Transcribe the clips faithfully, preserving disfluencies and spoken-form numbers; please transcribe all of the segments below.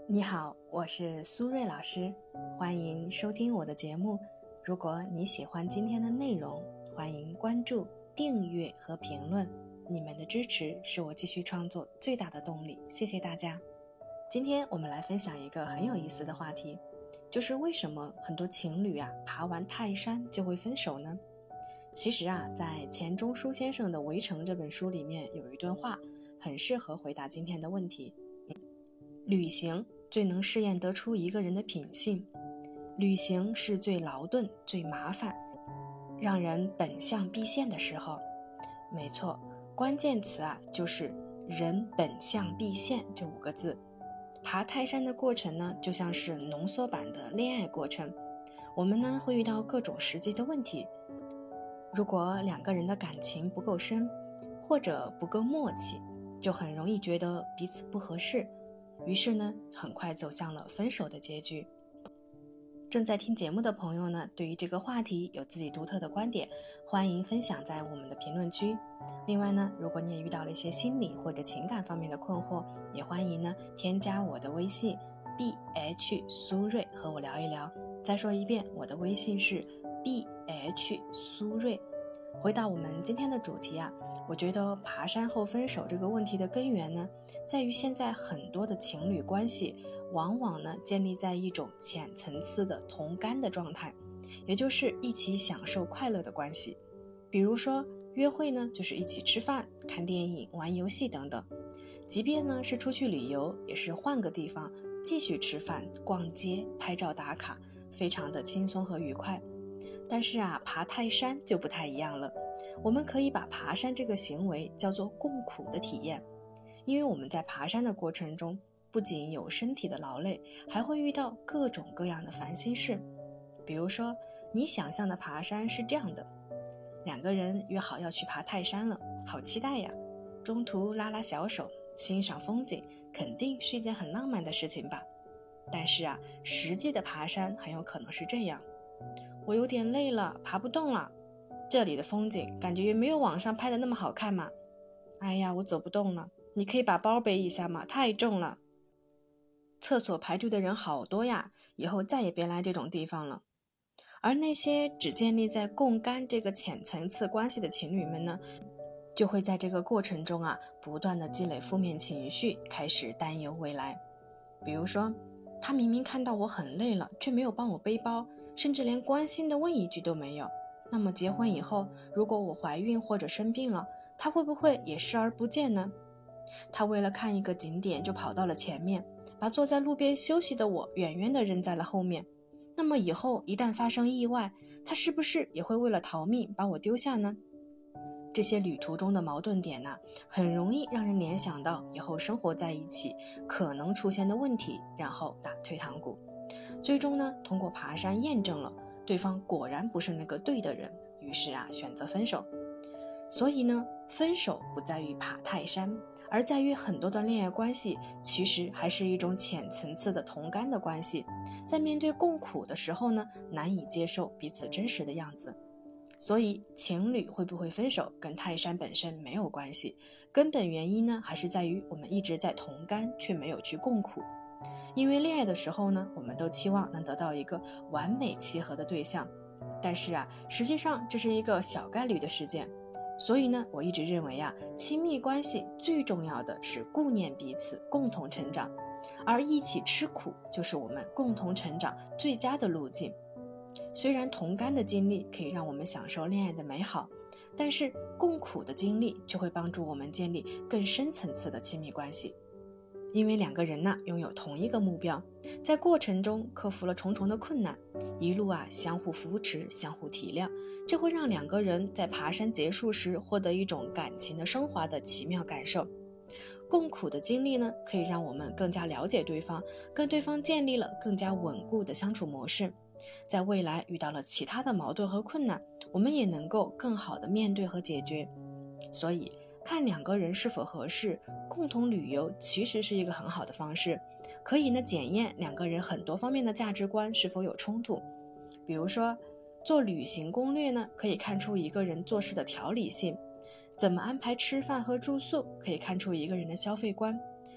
你好，我是苏芮老师，欢迎收听我的节目。如果你喜欢今天的内容，欢迎关注、订阅和评论。你们的支持是我继续创作最大的动力，谢谢大家。今天我们来分享一个很有意思的话题，就是为什么很多情侣啊爬完泰山就会分手呢？其实啊，在钱钟书先生的《围城》这本书里面有一段话，很适合回答今天的问题。旅行最能试验得出一个人的品性，旅行是最劳顿、最麻烦，让人本相毕现的时候。没错，关键词啊就是人本相毕现这五个字。爬泰山的过程呢，就像是浓缩版的恋爱过程。我们呢会遇到各种实际的问题。如果两个人的感情不够深，或者不够默契，就很容易觉得彼此不合适。于是呢，很快走向了分手的结局。正在听节目的朋友呢，对于这个话题有自己独特的观点，欢迎分享在我们的评论区。另外呢，如果你也遇到了一些心理或者情感方面的困惑，也欢迎呢添加我的微信 B H 苏芮和我聊一聊。再说一遍，我的微信是 B H 苏芮。回到我们今天的主题啊，我觉得爬山后分手这个问题的根源呢，在于现在很多的情侣关系往往呢建立在一种浅层次的同甘的状态，也就是一起享受快乐的关系。比如说约会呢，就是一起吃饭、看电影、玩游戏等等。即便呢是出去旅游，也是换个地方继续吃饭、逛街、拍照打卡，非常的轻松和愉快。但是啊，爬泰山就不太一样了。我们可以把爬山这个行为叫做共苦的体验，因为我们在爬山的过程中，不仅有身体的劳累，还会遇到各种各样的烦心事。比如说，你想象的爬山是这样的：两个人约好要去爬泰山了，好期待呀！中途拉拉小手，欣赏风景，肯定是一件很浪漫的事情吧。但是啊，实际的爬山很有可能是这样：我有点累了，爬不动了。这里的风景感觉也没有网上拍的那么好看嘛。哎呀，我走不动了，你可以把包背一下吗？太重了。厕所排队的人好多呀，以后再也别来这种地方了。而那些只建立在共甘这个浅层次关系的情侣们呢，就会在这个过程中啊，不断的积累负面情绪，开始担忧未来。比如说，他明明看到我很累了，却没有帮我背包，甚至连关心的问一句都没有。那么结婚以后，如果我怀孕或者生病了，他会不会也视而不见呢？他为了看一个景点就跑到了前面，把坐在路边休息的我远远地扔在了后面。那么以后一旦发生意外，他是不是也会为了逃命把我丢下呢？这些旅途中的矛盾点呢、啊，很容易让人联想到以后生活在一起可能出现的问题，然后打退堂鼓。最终呢，通过爬山验证了对方果然不是那个对的人，于是啊，选择分手。所以呢，分手不在于爬泰山，而在于很多段恋爱关系其实还是一种浅层次的同甘的关系，在面对共苦的时候呢，难以接受彼此真实的样子。所以情侣会不会分手跟泰山本身没有关系，根本原因呢，还是在于我们一直在同甘却没有去共苦。因为恋爱的时候呢，我们都期望能得到一个完美契合的对象，但是啊，实际上这是一个小概率的事件。所以呢，我一直认为啊，亲密关系最重要的是顾念彼此，共同成长，而一起吃苦就是我们共同成长最佳的路径。虽然同甘的经历可以让我们享受恋爱的美好，但是共苦的经历却会帮助我们建立更深层次的亲密关系。因为两个人呢、啊、拥有同一个目标，在过程中克服了重重的困难，一路啊相互扶持，相互体谅，这会让两个人在爬山结束时获得一种感情的升华的奇妙感受。共苦的经历呢，可以让我们更加了解对方，跟对方建立了更加稳固的相处模式。在未来遇到了其他的矛盾和困难，我们也能够更好的面对和解决。所以看两个人是否合适，共同旅游其实是一个很好的方式，可以呢检验两个人很多方面的价值观是否有冲突。比如说做旅行攻略呢，可以看出一个人做事的条理性；怎么安排吃饭和住宿，可以看出一个人的消费观；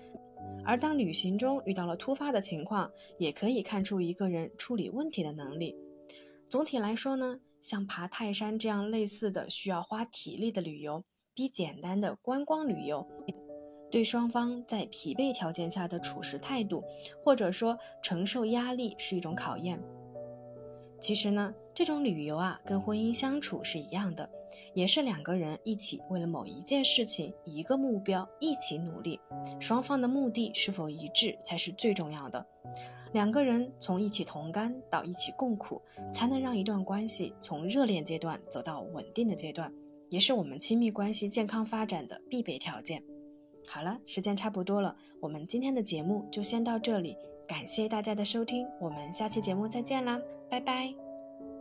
而当旅行中遇到了突发的情况，也可以看出一个人处理问题的能力。总体来说呢，像爬泰山这样类似的需要花体力的旅游，比简单的观光旅游对双方在疲惫条件下的处事态度，或者说承受压力是一种考验。其实呢，这种旅游啊，跟婚姻相处是一样的，也是两个人一起为了某一件事情、一个目标一起努力，双方的目的是否一致才是最重要的。两个人从一起同甘到一起共苦，才能让一段关系从热恋阶段走到稳定的阶段，也是我们亲密关系健康发展的必备条件。好了，时间差不多了，我们今天的节目就先到这里，感谢大家的收听，我们下期节目再见啦，拜拜。